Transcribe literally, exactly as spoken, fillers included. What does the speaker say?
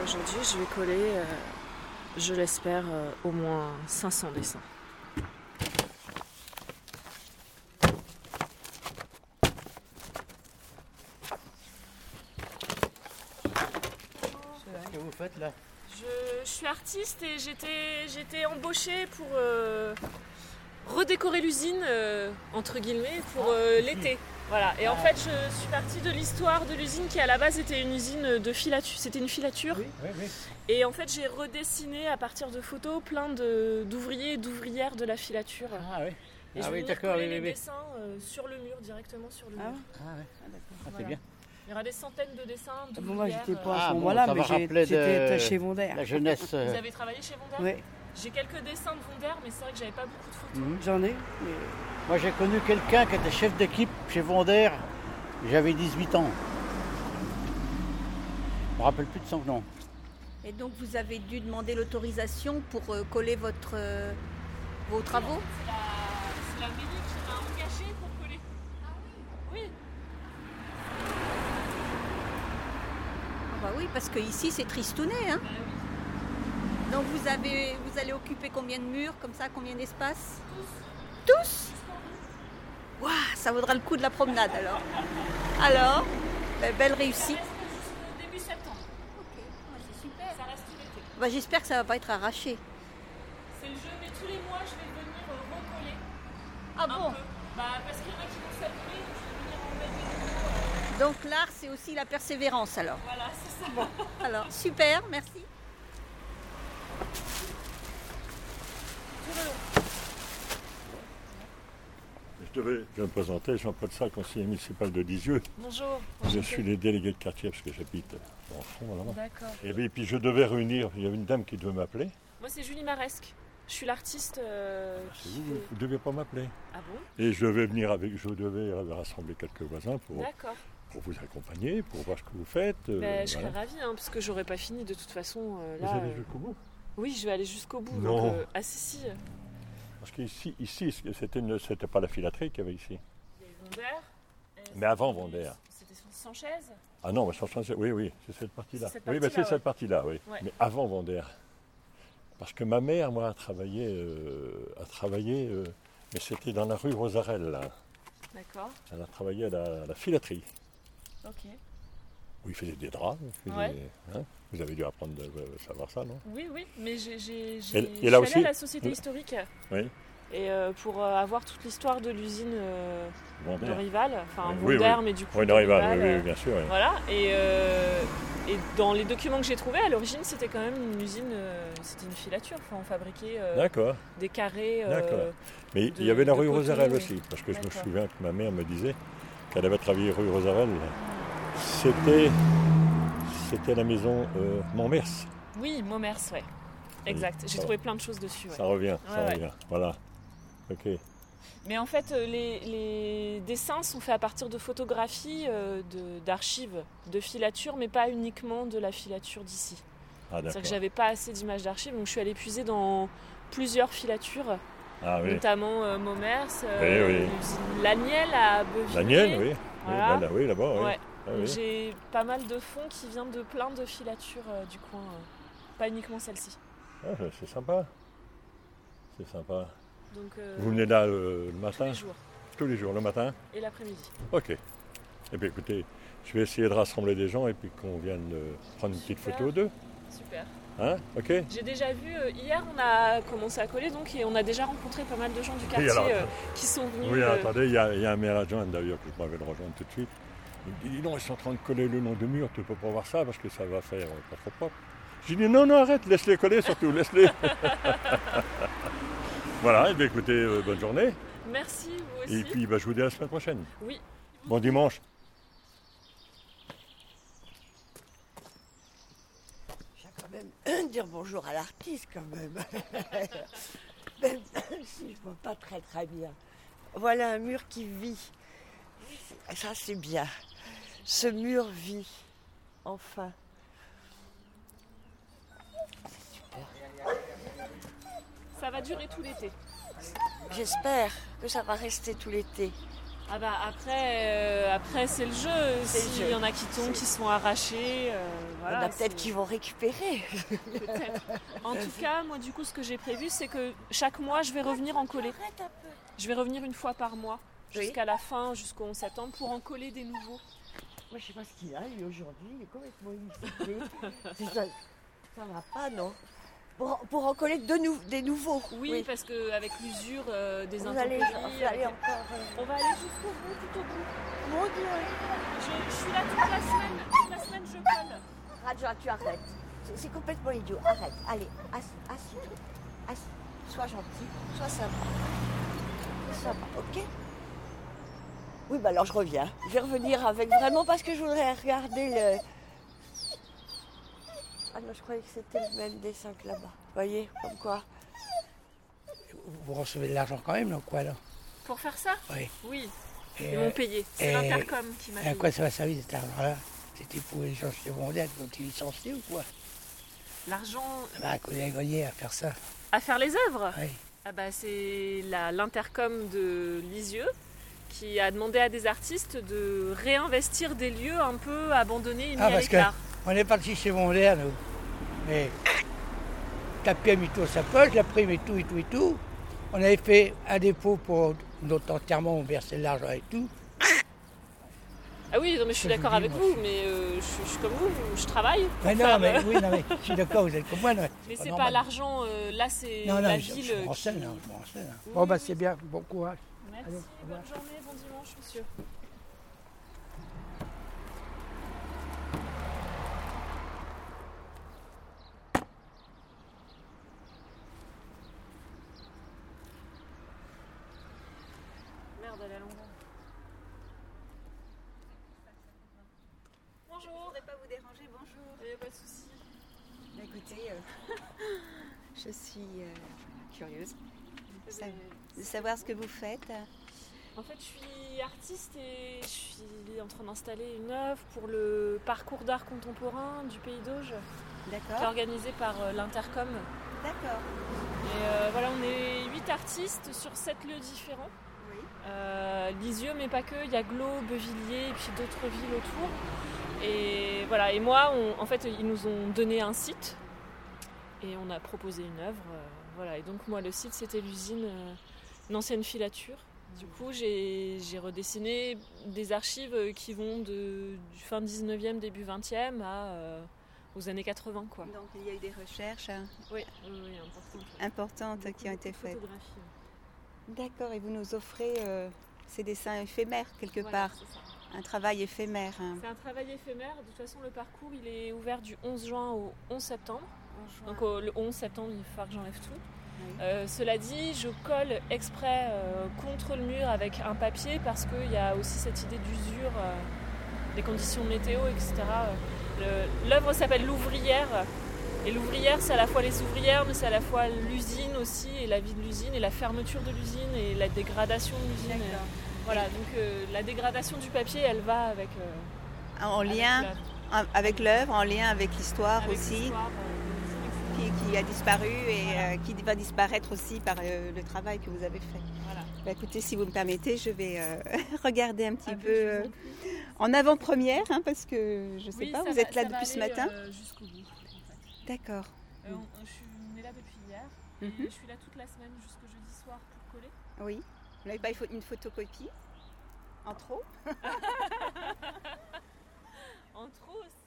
Aujourd'hui, je vais coller, euh, je l'espère, euh, au moins cinq cents dessins. Qu'est-ce que vous faites là? Je, je suis artiste et j'étais, j'étais embauchée pour euh, redécorer l'usine, euh, entre guillemets, pour euh, l'été. Voilà. Et en fait, je suis partie de l'histoire de l'usine qui, à la base, était une usine de filature. C'était une filature. Oui, oui, oui. Et en fait, j'ai redessiné à partir de photos plein de, d'ouvriers et d'ouvrières de la filature. Ah oui. Et Ah je vais oui, venir d'accord, coller oui, les oui, oui. dessins euh, sur le mur, directement sur le Ah mur. ouais. Ah ouais. Ah, d'accord. Ah, c'est Voilà. bien. Il y aura des centaines de dessins Bon, moi, d'ouvrières. j'étais pas euh, à Ah, ce bon, moment-là, ça mais va j'ai- rappeler j'étais de- chez Vondère. La jeunesse. Vous euh, avez travaillé chez Vondère? Oui, J'ai quelques dessins de Vondère, mais c'est vrai que j'avais pas beaucoup de photos. mhm. j'en ai. mais- Moi j'ai connu quelqu'un qui était chef d'équipe chez Vondère. J'avais dix-huit ans. Je me rappelle plus de son nom. Et donc vous avez dû demander l'autorisation pour euh, coller votre, euh, vos travaux? C'est la, c'est la mairie qui m'a engagée pour coller. Ah oui? Oui. Ah bah oui, parce que ici c'est tristounet. Hein. Bah oui. Donc vous, avez, vous allez occuper combien de murs, comme ça, combien d'espace? Tous. Tous? Waouh, ça vaudra le coup de la promenade alors. Alors, ben, belle réussite. Ça reste jusqu'au début septembre. Ok, c'est super. Ça reste tout l'été. Bah, j'espère que ça va pas être arraché. C'est le jeu, mais tous les mois, je vais venir euh, recoller. Ah un bon? peu. Bah, parce qu'il y en a qui vont s'abîmer, donc je vais venir en mettre des nouveaux. Donc l'art, c'est aussi la persévérance alors. Voilà, c'est ça. Alors, super, merci. Tout le long. Je devais je me présenter, Jean-Paul Salle, conseiller municipal de Lisieux. Bonjour. Je suis le délégué de quartier parce que j'habite en fond là-bas. D'accord. Et puis, puis je devais réunir, il y avait une dame qui devait m'appeler. Moi, c'est Julie Maresque. Je suis l'artiste. euh, C'est qui vous, fait- vous ne deviez pas m'appeler. Ah bon? Et je devais venir avec, je devais rassembler quelques voisins pour, D'accord. pour vous accompagner, pour voir ce que vous faites. euh, Ben, je serais voilà. ravie, hein, parce que j'aurais pas fini de toute façon. euh, Vous là, allez euh, jusqu'au bout. Oui, je vais aller jusqu'au bout. Non. Donc, euh, ah si, si. Parce qu'ici, ici, c'était, une- c'était pas la filaterie qu'il y avait ici. Il y a eu Vondère. et Mais avant c'était- Vondère. C'était Sanchez. Ah non, mais sans changer- oui, oui, c'est cette partie-là. C'est cette oui, mais partie-là, c'est ouais. cette partie-là, oui. Ouais. Mais avant Vondère. Parce que ma mère, moi, a travaillé, euh, a travaillé euh, mais c'était dans la rue Rosarel, là. D'accord. Elle a travaillé à la, à la filaterie, Ok. où il faisait des draps. il faisait- Ouais. hein, vous avez dû apprendre de euh, savoir ça, non? Oui, oui, mais j'ai, j'ai, j'ai, Et- je et là suis aussi- allée à la société Oui. historique Oui, et euh, pour euh, avoir toute l'histoire de l'usine euh, de Vondère. Rival, enfin Oui, Vondère, oui. mais du coup Oui, de de Rival, Rival, oui, oui, euh, bien sûr. oui. Voilà, et, euh, et dans les documents que j'ai trouvés, à l'origine, c'était quand même une usine, euh, c'était une filature. Enfin, on fabriquait euh, D'accord, des carrés. euh, d'accord. Mais il de- y avait la de rue coton, Rosarel oui. aussi, parce que je me D'accord. souviens que ma mère me disait qu'elle avait travaillé rue Rosarel. C'était, c'était la maison euh, Montmers. Oui, Momers, ouais. Exact. J'ai ça va. trouvé plein de choses dessus. ouais. Ça revient, ça Ouais, ouais. revient. Voilà. Ok. Mais en fait, euh, les, les dessins sont faits à partir de photographies, euh, de- d'archives, de filatures, mais pas uniquement de la filature d'ici. Ah, C'est-à-dire d'accord. que j'avais pas assez d'images d'archives, donc je suis allée puiser dans plusieurs filatures, Ah oui. notamment euh, Momers, Oui, euh, oui. l'usine Laniel à Beuvillé. Daniel, oui. Voilà. Oui, bah, là, oui, là-bas, oui. Ouais. Ah, Donc oui. j'ai pas mal de fonds qui viennent de plein de filatures euh, du coin, euh, pas uniquement celle-ci. Ah, c'est sympa. C'est sympa. Donc euh, Vous venez là euh, le tous matin? les jours Tous les jours, le matin? et l'après-midi. Ok. Eh bien, écoutez, je vais essayer de rassembler des gens et puis qu'on vienne euh, prendre une petite Super. photo d'eux. Super. Hein? Ok? J'ai déjà vu, euh, hier on a commencé à coller donc et on a déjà rencontré pas mal de gens du quartier alors, euh, qui sont venus. Oui, euh, attendez, il y, a il y a un maire adjoint d'ailleurs que je m'avais le rejoindre tout de suite. Il me dit, dis donc, ils sont en train de coller le long de mur, tu peux pas voir ça parce que ça va faire euh, pas trop propre. J'ai dit, non, non, arrête, laisse-les coller surtout, laisse-les. Voilà, et bien écoutez, euh, bonne journée. Merci, vous aussi. Et puis, bah, je vous dis à la semaine prochaine. Oui. Bon dimanche. Je vais quand même dire bonjour à l'artiste quand même. Même si je vois pas très très bien. Voilà un mur qui vit. Ça c'est bien. Ce mur vit. Enfin. Ça va durer tout l'été. J'espère que ça va rester tout l'été. Ah bah après, euh, après c'est le jeu. C'est le S'il jeu. y en a qui tombent, qui sont arrachés, euh, Il voilà. y en a peut-être c'est- qui vont récupérer. peut-être. En tout cas, moi du coup, ce que j'ai prévu, c'est que chaque mois, je vais revenir en coller. Arrête un peu. Je vais revenir une fois par mois, Oui. jusqu'à la fin, jusqu'au onze septembre, pour en coller des nouveaux. Moi, je sais pas ce qu'il a, lui, aujourd'hui. Il est complètement initié. C'est ça, ça va pas, non pour, pour en coller de nou- des nouveaux. Oui, parce qu'avec l'usure euh, des Vous intempéries, allez, vous allez avec- encore... euh, on va aller jusqu'au bout, tout au bout. Mon Dieu. Je, je suis là toute la semaine, toute la semaine je colle. Raja, tu arrêtes. C'est, c'est complètement idiot. Arrête. Allez, assis, assis-toi. Assis. Sois gentil, sois sympa. Sois sympa, ok? Oui, bah alors je reviens. Je vais revenir avec vraiment parce que je voudrais regarder le... Ah non, je croyais que c'était le même dessin que là-bas. Vous voyez, comme quoi. Vous recevez de l'argent quand même, là, quoi, là? Pour faire ça? Oui. Oui, Et, ils m'ont payé. C'est et- l'Intercom qui m'a et à payé. quoi ça va servir cet argent-là? C'était pour les gens secondaires qui ont été licenciés ou quoi? L'argent Bah, qu'on a gagné à faire ça. à faire les œuvres? Oui. Ah bah, c'est la- l'Intercom de Lisieux qui a demandé à des artistes de réinvestir des lieux un peu abandonnés et mis Ah, à parce que- l'écart. On est parti secondaire, nous. Mais Tapie a mis tout à sa poche, la prime et tout, et tout, et tout. On avait fait un dépôt pour notre enterrement, on versait de l'argent et tout. Ah oui, non, mais je suis Ça, je d'accord vous avec dis, moi, vous, mais euh, je, suis- je suis comme vous, je travaille. pour Mais non, faire, mais euh, oui, non, mais je suis d'accord, vous êtes comme moi. Non, mais c'est pas normal. l'argent, euh, là c'est Non, non, la mais je, ville. je me qui- renseigne, hein, je me renseigne. hein. Oui, Bon, bah oui, c'est oui. bien, bon courage. Merci, Allez, au revoir. bonne journée, bon dimanche, monsieur. Merde, elle est à l'envers. Je Bonjour. voudrais pas vous déranger, bonjour. Il n'y a pas de souci. Bah, écoutez, euh, je suis euh, curieuse de sa- de savoir ce que vous faites. En fait, je suis artiste et je suis en train d'installer une œuvre pour le parcours d'art contemporain du Pays d'Auge, qui est D'accord, organisé par euh, l'Intercom. d'accord. Et euh, voilà, on est huit artistes sur sept lieux différents. Oui. Euh, Lisieux, mais pas que, il y a Glos, Beauvilliers et puis d'autres villes autour. Et voilà, et moi, on- en fait, ils nous ont donné un site et on a proposé une œuvre. euh, voilà, et donc moi, le site, c'était l'usine, euh, une ancienne filature. Du coup, j'ai j'ai redessiné des archives qui vont de, du fin dix-neuvième, début vingtième à, euh, aux années quatre-vingts, quoi. Donc il y a eu des recherches hein, Oui, oui, oui, importante. importantes Beaucoup, qui ont été beaucoup de faites. photographies. D'accord, et vous nous offrez euh, ces dessins éphémères quelque Voilà, part, c'est ça. un travail éphémère. hein. C'est un travail éphémère. De toute façon, le parcours, il est ouvert du onze juin au onze septembre. En juin. Donc au- le onze septembre, il va falloir que j'enlève tout. Oui. Euh, cela dit, je colle exprès euh, contre le mur avec un papier parce qu'il y a aussi cette idée d'usure, euh, des conditions météo, et cetera. Euh, le- L'œuvre s'appelle l'ouvrière. Et l'ouvrière, c'est à la fois les ouvrières, mais c'est à la fois l'usine aussi, et la vie de l'usine, et la fermeture de l'usine, et la dégradation de l'usine. D'accord. Voilà, donc euh, la dégradation du papier, elle va avec, euh, En avec lien l'œuvre, en- avec l'œuvre, en lien avec l'histoire avec aussi, l'histoire, euh, de l'usine, et cetera. qui, qui a disparu et Voilà. euh, qui va disparaître aussi par euh, le travail que vous avez fait. Voilà. Bah, écoutez, si vous me permettez, je vais euh, regarder un petit Ah, peu ben, je euh, vous en prie. en avant-première, hein, parce que je sais Oui, pas, ça vous va- êtes là ça va depuis ce aller, matin. euh, jusqu'au bout, en fait. D'accord. Euh, on- je suis on est là depuis hier et Mhm. je suis là toute la semaine jusqu'au jeudi soir pour coller. Oui. Vous n'avez pas une pho- une photocopie en trop? En trop,